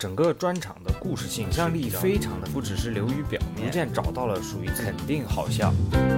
整个专场的故事性、想象力非常的，不只是流于表面，逐渐找到了属于肯定好笑。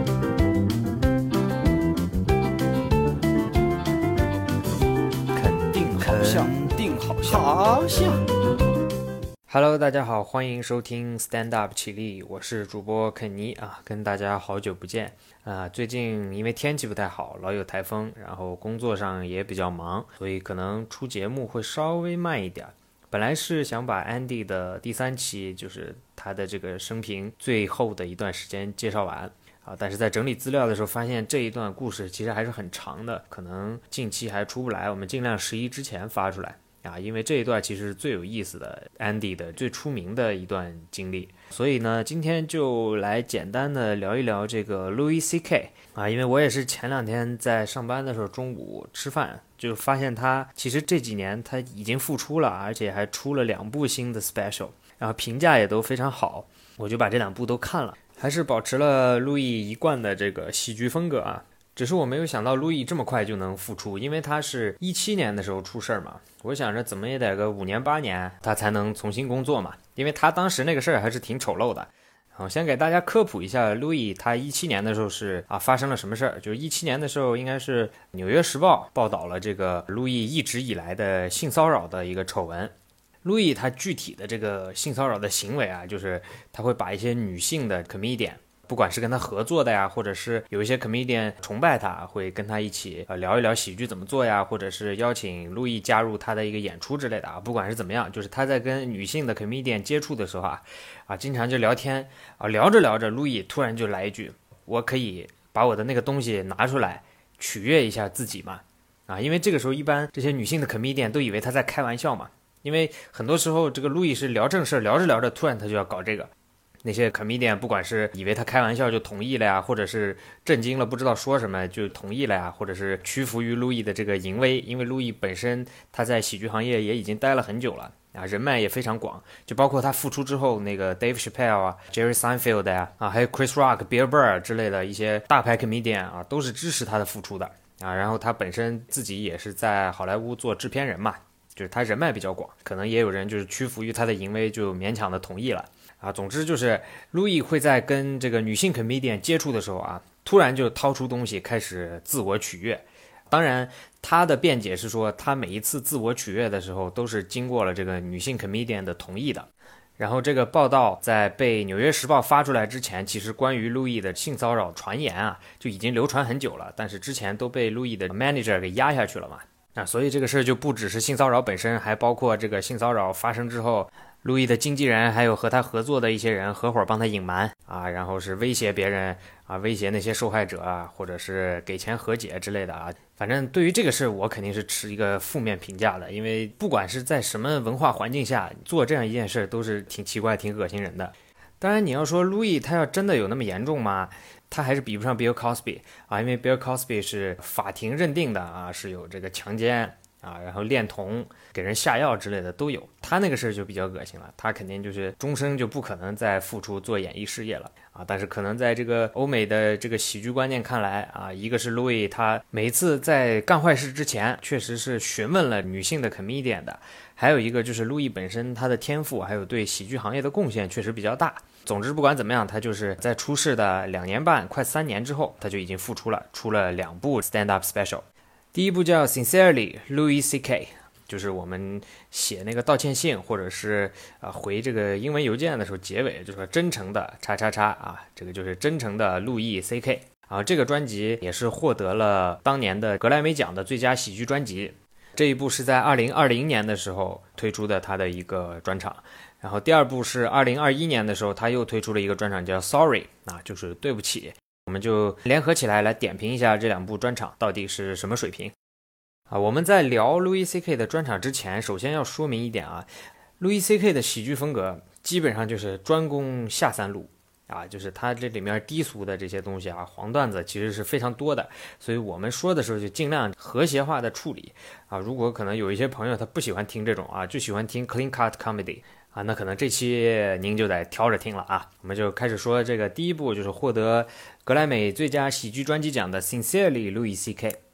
肯定好笑。Hello， 大家好，欢迎收听 Stand Up 起立，我是主播肯尼啊，跟大家好久不见啊。最近因为天气不太好，老有台风，然后工作上也比较忙，所以可能出节目会稍微慢一点。本来是想把 Andy 的第3期，就是他的这个生平最后的一段时间介绍完啊，但是在整理资料的时候发现这一段故事其实还是很长的，可能近期还出不来，我们尽量11之前发出来啊，因为这一段其实是最有意思的 Andy 的最出名的一段经历，所以呢，今天就来简单的聊一聊这个 Louis C.K. 啊，因为我也是前2天在上班的时候中午吃饭，就发现他其实这几年他已经复出了，而且还出了2部新的 special， 然后评价也都非常好，我就把这2部都看了，还是保持了路易一贯的这个喜剧风格啊。只是我没有想到路易这么快就能复出，因为他是17年的时候出事嘛，我想着怎么也得个5年8年他才能重新工作嘛，因为他当时那个事儿还是挺丑陋的。好，先给大家科普一下路易他17年的时候是发生了什么事儿，就是17年的时候应该是纽约时报报道了这个路易一直以来的性骚扰的一个丑闻。路易他具体的这个性骚扰的行为啊，就是他会把一些女性的 comedian，不管是跟他合作的呀，或者是有一些 comedian 崇拜他，会跟他一起聊一聊喜剧怎么做呀，或者是邀请路易加入他的一个演出之类的啊。不管是怎么样，就是他在跟女性的 comedian 接触的时候经常就聊天聊着聊着，路易突然就来一句：“我可以把我的那个东西拿出来取悦一下自己嘛？”因为这个时候一般这些女性的 comedian 都以为他在开玩笑嘛，因为很多时候这个路易是聊正事，聊着聊着突然他就要搞这个。那些 comedian 不管是以为他开玩笑就同意了呀，或者是震惊了不知道说什么就同意了呀，或者是屈服于路易的这个淫威，因为路易本身他在喜剧行业也已经待了很久了人脉也非常广，就包括他复出之后那个 Dave Chappelle Jerry Seinfeld 还有 Chris Rock、Bill Burr 之类的一些大牌 comedian 都是支持他的复出的然后他本身自己也是在好莱坞做制片人嘛，就是他人脉比较广，可能也有人就是屈服于他的淫威就勉强的同意了总之就是路易会在跟这个女性 comedian 接触的时候突然就掏出东西开始自我取悦。当然他的辩解是说他每一次自我取悦的时候都是经过了这个女性 comedian 的同意的。然后这个报道在被纽约时报发出来之前，其实关于路易的性骚扰传言就已经流传很久了，但是之前都被路易的 manager 给压下去了嘛所以这个事就不只是性骚扰本身，还包括这个性骚扰发生之后路易的经纪人还有和他合作的一些人合伙帮他隐瞒然后是威胁别人威胁那些受害者或者是给钱和解之类的反正对于这个事我肯定是持一个负面评价的，因为不管是在什么文化环境下做这样一件事都是挺奇怪挺恶心人的。当然你要说路易他要真的有那么严重吗？他还是比不上 Bill Cosby 因为 Bill Cosby 是法庭认定的是有这个强奸然后恋童给人下药之类的都有，他那个事就比较恶心了，他肯定就是终生就不可能再复出做演艺事业了但是可能在这个欧美的这个喜剧观念看来一个是路易他每一次在干坏事之前确实是询问了女性的 comedian 的，还有一个就是路易本身他的天赋还有对喜剧行业的贡献确实比较大。总之不管怎么样，他就是在出事的2年半快3年之后他就已经复出了，出了2部 stand up special。第一部叫 Sincerely Louis C.K. 就是我们写那个道歉信或者是回这个英文邮件的时候结尾就说真诚的叉叉叉这个就是真诚的路易 C.K. 这个专辑也是获得了当年的格莱美奖的最佳喜剧专辑。这一部是在2020年的时候推出的他的一个专场，然后第2部是2021年的时候他又推出了一个专场叫 Sorry 就是对不起。我们就联合起来来点评一下这2部专场到底是什么水平我们在聊 Louis C.K. 的专场之前，首先要说明一点Louis C.K. 的喜剧风格基本上就是专攻下三路就是他这里面低俗的这些东西黄段子其实是非常多的，所以我们说的时候就尽量和谐化的处理如果可能有一些朋友他不喜欢听这种就喜欢听 clean cut comedy那可能这期您就得挑着听了我们就开始说这个第一部，就是获得格莱美最佳喜剧专辑奖的 Sincerely Louis C.K.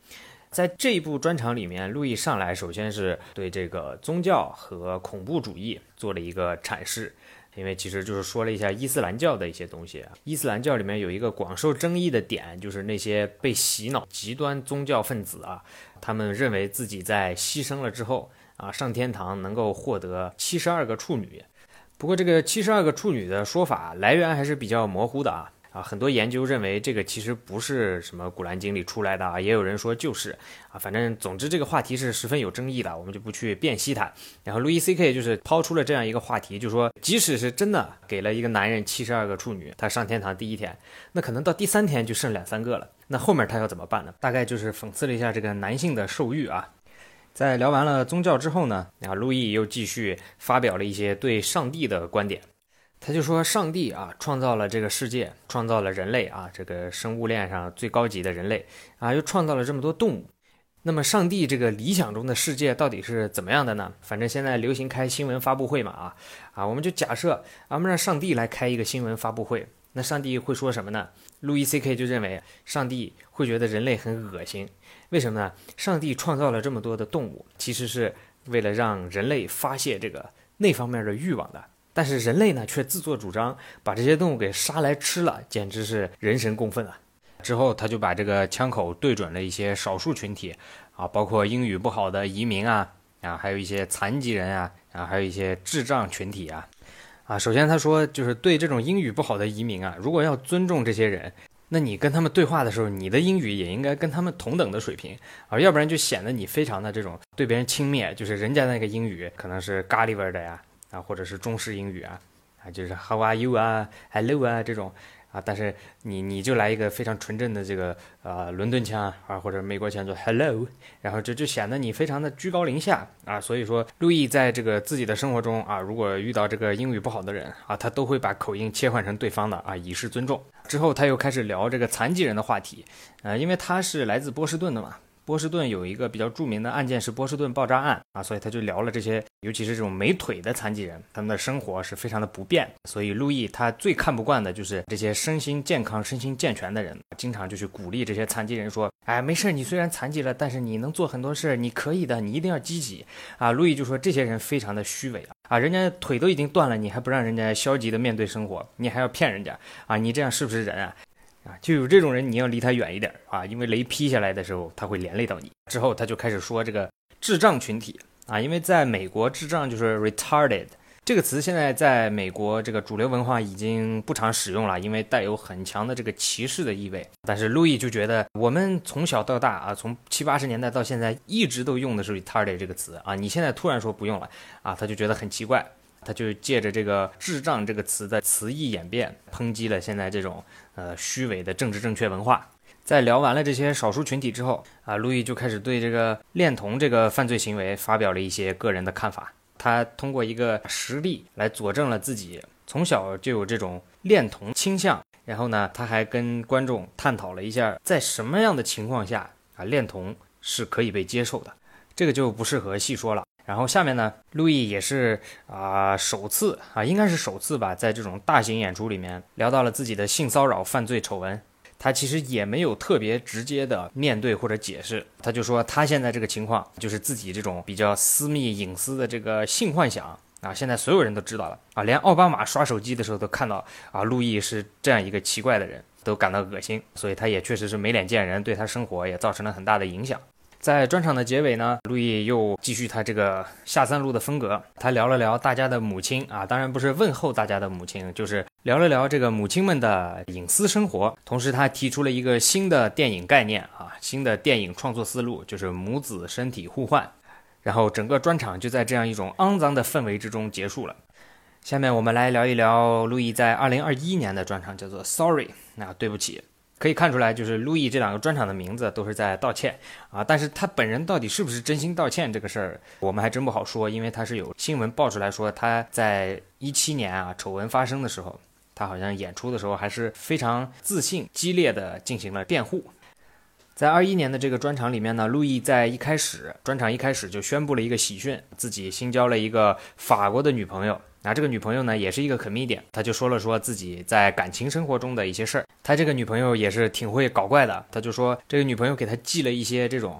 在这一部专场里面，路易上来首先是对这个宗教和恐怖主义做了一个阐释，因为其实就是说了一下伊斯兰教的一些东西。伊斯兰教里面有一个广受争议的点，就是那些被洗脑极端宗教分子啊，他们认为自己在牺牲了之后啊，上天堂能够获得72个处女。不过这个72个处女的说法来源还是比较模糊的很多研究认为这个其实不是什么古兰经里出来的也有人说就是反正总之这个话题是十分有争议的，我们就不去辨析它。然后路易 CK 就是抛出了这样一个话题，就说即使是真的给了一个男人72个处女，他上天堂第一天，那可能到第3天就剩2-3个了，那后面他要怎么办呢？大概就是讽刺了一下这个男性的受欲在聊完了宗教之后呢，路易又继续发表了一些对上帝的观点。他就说上帝创造了这个世界，创造了人类这个生物链上最高级的人类又创造了这么多动物。那么上帝这个理想中的世界到底是怎么样的呢？反正现在流行开新闻发布会嘛我们就假设我们让上帝来开一个新闻发布会，那上帝会说什么呢？路易 CK 就认为上帝会觉得人类很恶心。为什么呢？上帝创造了这么多的动物，其实是为了让人类发泄这个那方面的欲望的，但是人类呢却自作主张把这些动物给杀来吃了，简直是人神共愤之后他就把这个枪口对准了一些少数群体包括英语不好的移民还有一些残疾人还有一些智障群体首先他说就是对这种英语不好的移民如果要尊重这些人，那你跟他们对话的时候，你的英语也应该跟他们同等的水平要不然就显得你非常的这种对别人轻蔑，就是人家那个英语可能是咖喱味的或者是中式英语就是 How are you Hello 这种但是你就来一个非常纯正的这个伦敦腔或者美国腔，就 Hello， 然后就显得你非常的居高临下所以说路易在这个自己的生活中如果遇到这个英语不好的人他都会把口音切换成对方的以示尊重。之后他又开始聊这个残疾人的话题因为他是来自波士顿的嘛，波士顿有一个比较著名的案件是波士顿爆炸案所以他就聊了这些，尤其是这种没腿的残疾人，他们的生活是非常的不便。所以路易他最看不惯的就是这些身心健康身心健全的人，经常就去鼓励这些残疾人说没事，你虽然残疾了，但是你能做很多事，你可以的，你一定要积极路易就说这些人非常的虚伪人家腿都已经断了，你还不让人家消极的面对生活，你还要骗人家你这样是不是人就有这种人，你要离他远一点因为雷劈下来的时候他会连累到你。之后他就开始说这个智障群体因为在美国智障就是 retarded 这个词，现在在美国这个主流文化已经不常使用了，因为带有很强的这个歧视的意味。但是路易就觉得我们从小到大从70-80年代到现在一直都用的是 retarded 这个词你现在突然说不用了他就觉得很奇怪。他就借着这个智障这个词的词义演变，抨击了现在这种虚伪的政治正确文化。在聊完了这些少数群体之后路易就开始对这个恋童这个犯罪行为发表了一些个人的看法。他通过一个实例来佐证了自己从小就有这种恋童倾向，然后呢他还跟观众探讨了一下在什么样的情况下恋童是可以被接受的，这个就不适合细说了。然后下面呢，路易也是首次应该是首次吧，在这种大型演出里面聊到了自己的性骚扰犯罪丑闻。他其实也没有特别直接的面对或者解释，他就说他现在这个情况就是自己这种比较私密隐私的这个性幻想现在所有人都知道了连奥巴马刷手机的时候都看到路易是这样一个奇怪的人，都感到恶心，所以他也确实是没脸见人，对他生活也造成了很大的影响。在专场的结尾呢，路易又继续他这个下三路的风格，他聊了聊大家的母亲当然不是问候大家的母亲，就是聊了聊这个母亲们的隐私生活。同时他提出了一个新的电影概念新的电影创作思路，就是母子身体互换。然后整个专场就在这样一种肮脏的氛围之中结束了。下面我们来聊一聊路易在2021年的专场，叫做 Sorry， 对不起。可以看出来，就是路易这两个专场的名字都是在道歉但是他本人到底是不是真心道歉这个事儿，我们还真不好说，因为他是有新闻爆出来说他在17年丑闻发生的时候，他好像演出的时候还是非常自信激烈的进行了辩护。在21年的这个专场里面呢，路易在专场一开始就宣布了一个喜讯，自己新交了一个法国的女朋友。这个女朋友呢也是一个 comedian， 他就说自己在感情生活中的一些事儿。他这个女朋友也是挺会搞怪的，他就说这个女朋友给他寄了一些这种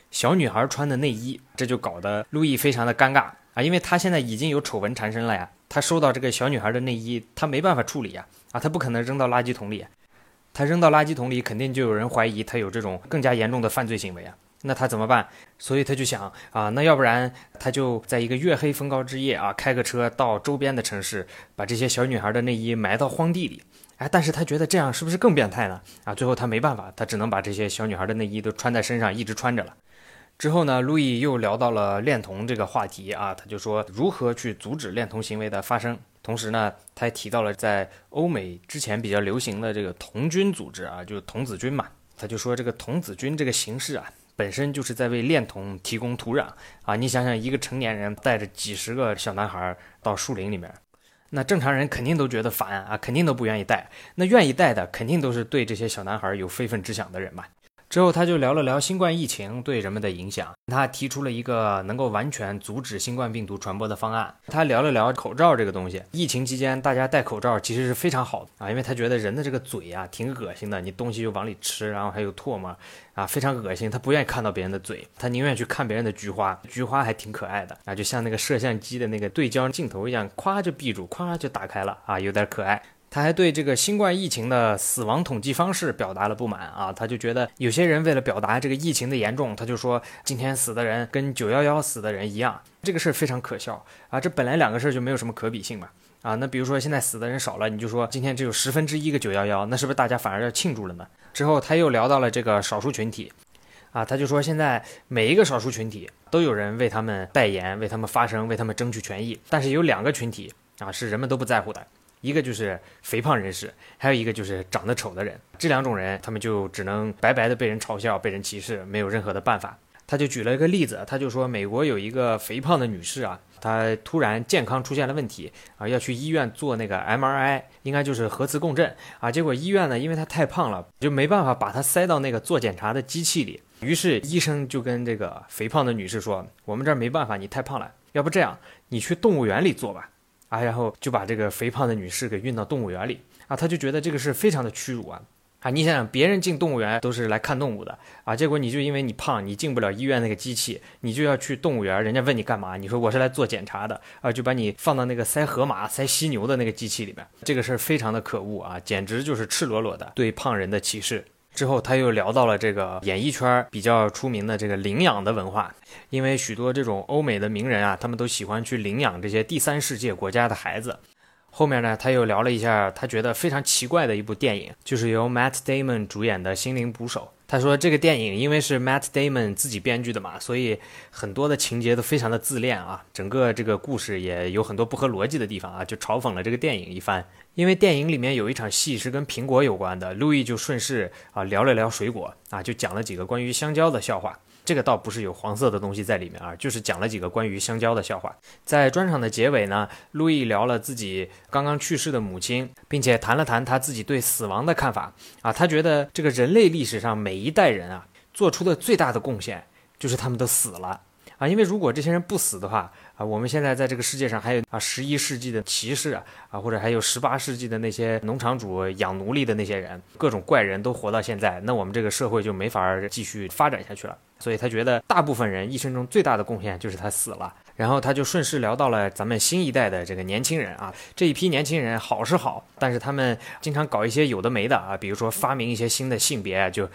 小女孩穿的内衣，这就搞得路易非常的尴尬啊，因为他现在已经有丑闻缠身了呀，他收到这个小女孩的内衣，他没办法处理呀，他不可能扔到垃圾桶里，他扔到垃圾桶里肯定就有人怀疑他有这种更加严重的犯罪行为啊，那他怎么办？所以他就想那要不然他就在一个月黑风高之夜开个车到周边的城市，把这些小女孩的内衣埋到荒地里。但是他觉得这样是不是更变态呢？最后他没办法，他只能把这些小女孩的内衣都穿在身上，一直穿着了。之后呢，路易又聊到了恋童这个话题他就说如何去阻止恋童行为的发生。同时呢，他还提到了在欧美之前比较流行的这个童军组织就是童子军嘛。他就说这个童子军这个形式本身就是在为恋童提供土壤你想想，一个成年人带着几十个小男孩到树林里面，那正常人肯定都觉得烦肯定都不愿意带。那愿意带的肯定都是对这些小男孩有非分之想的人嘛。之后他就聊了聊新冠疫情对人们的影响，他提出了一个能够完全阻止新冠病毒传播的方案。他聊了聊口罩这个东西，疫情期间大家戴口罩其实是非常好的因为他觉得人的这个嘴挺恶心的，你东西就往里吃，然后还有唾沫非常恶心，他不愿意看到别人的嘴，他宁愿去看别人的菊花，菊花还挺可爱的就像那个摄像机的那个对焦镜头一样，咵就闭住，咵就打开了有点可爱。他还对这个新冠疫情的死亡统计方式表达了不满他就觉得有些人为了表达这个疫情的严重，他就说今天死的人跟911死的人一样，这个事非常可笑这本来两个事就没有什么可比性嘛那比如说现在死的人少了，你就说今天只有1/10个911，那是不是大家反而要庆祝了呢？之后他又聊到了这个少数群体他就说现在每一个少数群体都有人为他们代言，为他们发声，为他们争取权益，但是有2个群体是人们都不在乎的，一个就是肥胖人士，还有一个就是长得丑的人。这2种人他们就只能白白的被人嘲笑，被人歧视，没有任何的办法。他就举了一个例子，他就说美国有一个肥胖的女士她突然健康出现了问题要去医院做那个 MRI， 应该就是核磁共振结果医院呢，因为她太胖了，就没办法把她塞到那个做检查的机器里。于是医生就跟这个肥胖的女士说，我们这儿没办法，你太胖了，要不这样，你去动物园里做吧然后就把这个肥胖的女士给运到动物园里他就觉得这个是非常的屈辱你想想，别人进动物园都是来看动物的结果你就因为你胖，你进不了医院那个机器，你就要去动物园，人家问你干嘛，你说我是来做检查的就把你放到那个塞河马塞犀牛的那个机器里面，这个事儿非常的可恶简直就是赤裸裸的对胖人的歧视。之后他又聊到了这个演艺圈比较出名的这个领养的文化，因为许多这种欧美的名人他们都喜欢去领养这些第三世界国家的孩子。后面呢，他又聊了一下他觉得非常奇怪的一部电影，就是由 Matt Damon 主演的《心灵捕手》。他说这个电影因为是 Matt Damon 自己编剧的嘛，所以很多的情节都非常的自恋整个这个故事也有很多不合逻辑的地方就嘲讽了这个电影一番。因为电影里面有一场戏是跟苹果有关的，路易就顺势聊了聊水果就讲了几个关于香蕉的笑话。这个倒不是有黄色的东西在里面就是讲了几个关于香蕉的笑话。在专场的结尾呢，路易聊了自己刚刚去世的母亲，并且谈了谈他自己对死亡的看法他觉得这个人类历史上每一代人做出的最大的贡献就是他们都死了因为如果这些人不死的话我们现在在这个世界上还有11世纪的骑士或者还有18世纪的那些农场主养奴隶的那些人，各种怪人都活到现在，那我们这个社会就没法继续发展下去了。所以他觉得大部分人一生中最大的贡献就是他死了。然后他就顺势聊到了咱们新一代的这个年轻人这一批年轻人好是好，但是他们经常搞一些有的没的比如说发明一些新的性别就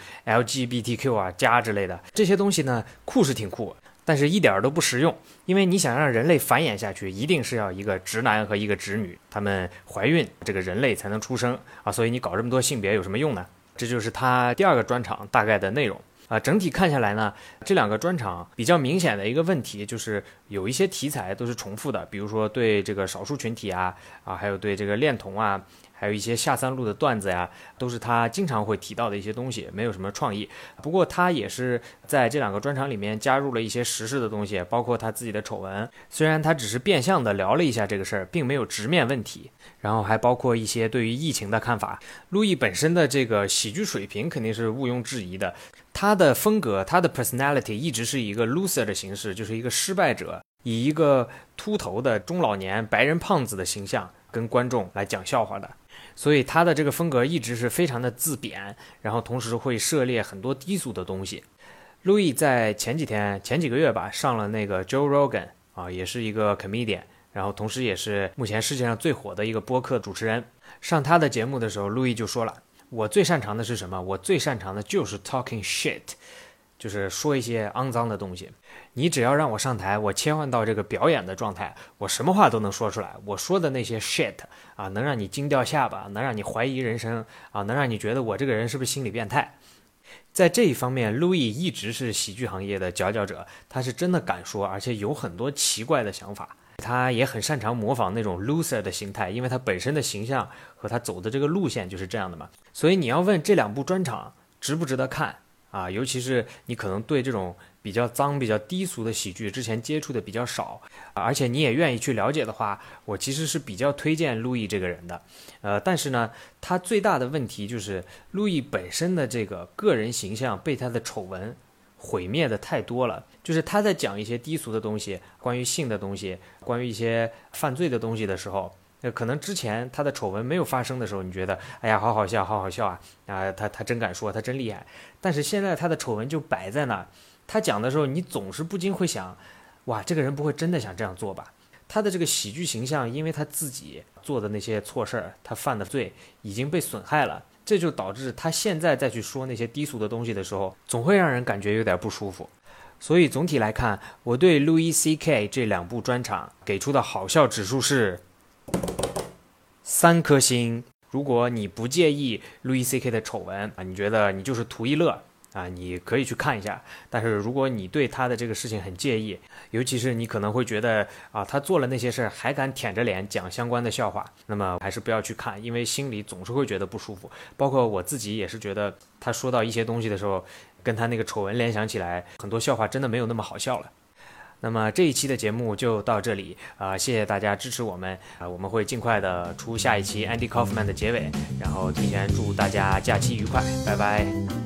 LGBTQ 加之类的，这些东西呢酷是挺酷，但是一点都不实用。因为你想让人类繁衍下去，一定是要一个直男和一个直女，他们怀孕，这个人类才能出生所以你搞这么多性别有什么用呢？这就是他第2个专场大概的内容整体看下来呢，这2个专场比较明显的一个问题就是有一些题材都是重复的，比如说对这个少数群体还有对这个恋童还有一些下三路的段子都是他经常会提到的一些东西，没有什么创意。不过他也是在这2个专场里面加入了一些时事的东西，包括他自己的丑闻。虽然他只是变相的聊了一下这个事儿，并没有直面问题，然后还包括一些对于疫情的看法。路易本身的这个喜剧水平肯定是毋庸置疑的，他的风格，他的 personality 一直是一个 loser 的形式，就是一个失败者，以一个秃头的中老年白人胖子的形象跟观众来讲笑话的。所以他的这个风格一直是非常的自贬，然后同时会涉猎很多低俗的东西。 路易在前几个月吧，上了那个 Joe Rogan 啊，也是一个 comedian， 然后同时也是目前世界上最火的一个播客主持人。上他的节目的时候，路易就说了，我最擅长的是什么？我最擅长的就是 talking shit， 就是说一些肮脏的东西。你只要让我上台，我切换到这个表演的状态，我什么话都能说出来。我说的那些 shit 啊，能让你惊掉下巴，能让你怀疑人生啊，能让你觉得我这个人是不是心理变态。在这一方面，路易一直是喜剧行业的佼佼者，他是真的敢说，而且有很多奇怪的想法。他也很擅长模仿那种 loser 的心态，因为他本身的形象和他走的这个路线就是这样的嘛。所以你要问这两部专场值不值得看啊？尤其是你可能对这种比较脏、比较低俗的喜剧之前接触的比较少，而且你也愿意去了解的话，我其实是比较推荐路易这个人的。但是呢，他最大的问题就是路易本身的这个个人形象被他的丑闻毁灭的太多了。就是他在讲一些低俗的东西，关于性的东西，关于一些犯罪的东西的时候，可能之前他的丑闻没有发生的时候，你觉得哎呀好好笑好好笑啊，他真敢说，他真厉害。但是现在他的丑闻就摆在那，他讲的时候你总是不禁会想，哇，这个人不会真的想这样做吧？他的这个喜剧形象因为他自己做的那些错事儿，他犯的罪已经被损害了，这就导致他现在再去说那些低俗的东西的时候，总会让人感觉有点不舒服。所以总体来看，我对 Louis CK 这两部专场给出的好笑指数是3颗星。如果你不介意 Louis CK 的丑闻啊，你觉得你就是图一乐啊，你可以去看一下。但是如果你对他的这个事情很介意，尤其是你可能会觉得啊，他做了那些事儿还敢舔着脸讲相关的笑话，那么还是不要去看，因为心里总是会觉得不舒服。包括我自己也是觉得，他说到一些东西的时候，跟他那个丑闻联想起来，很多笑话真的没有那么好笑了。那么这一期的节目就到这里谢谢大家支持我们我们会尽快的出下一期 Andy Kaufman 的结尾，然后提前祝大家假期愉快，拜拜。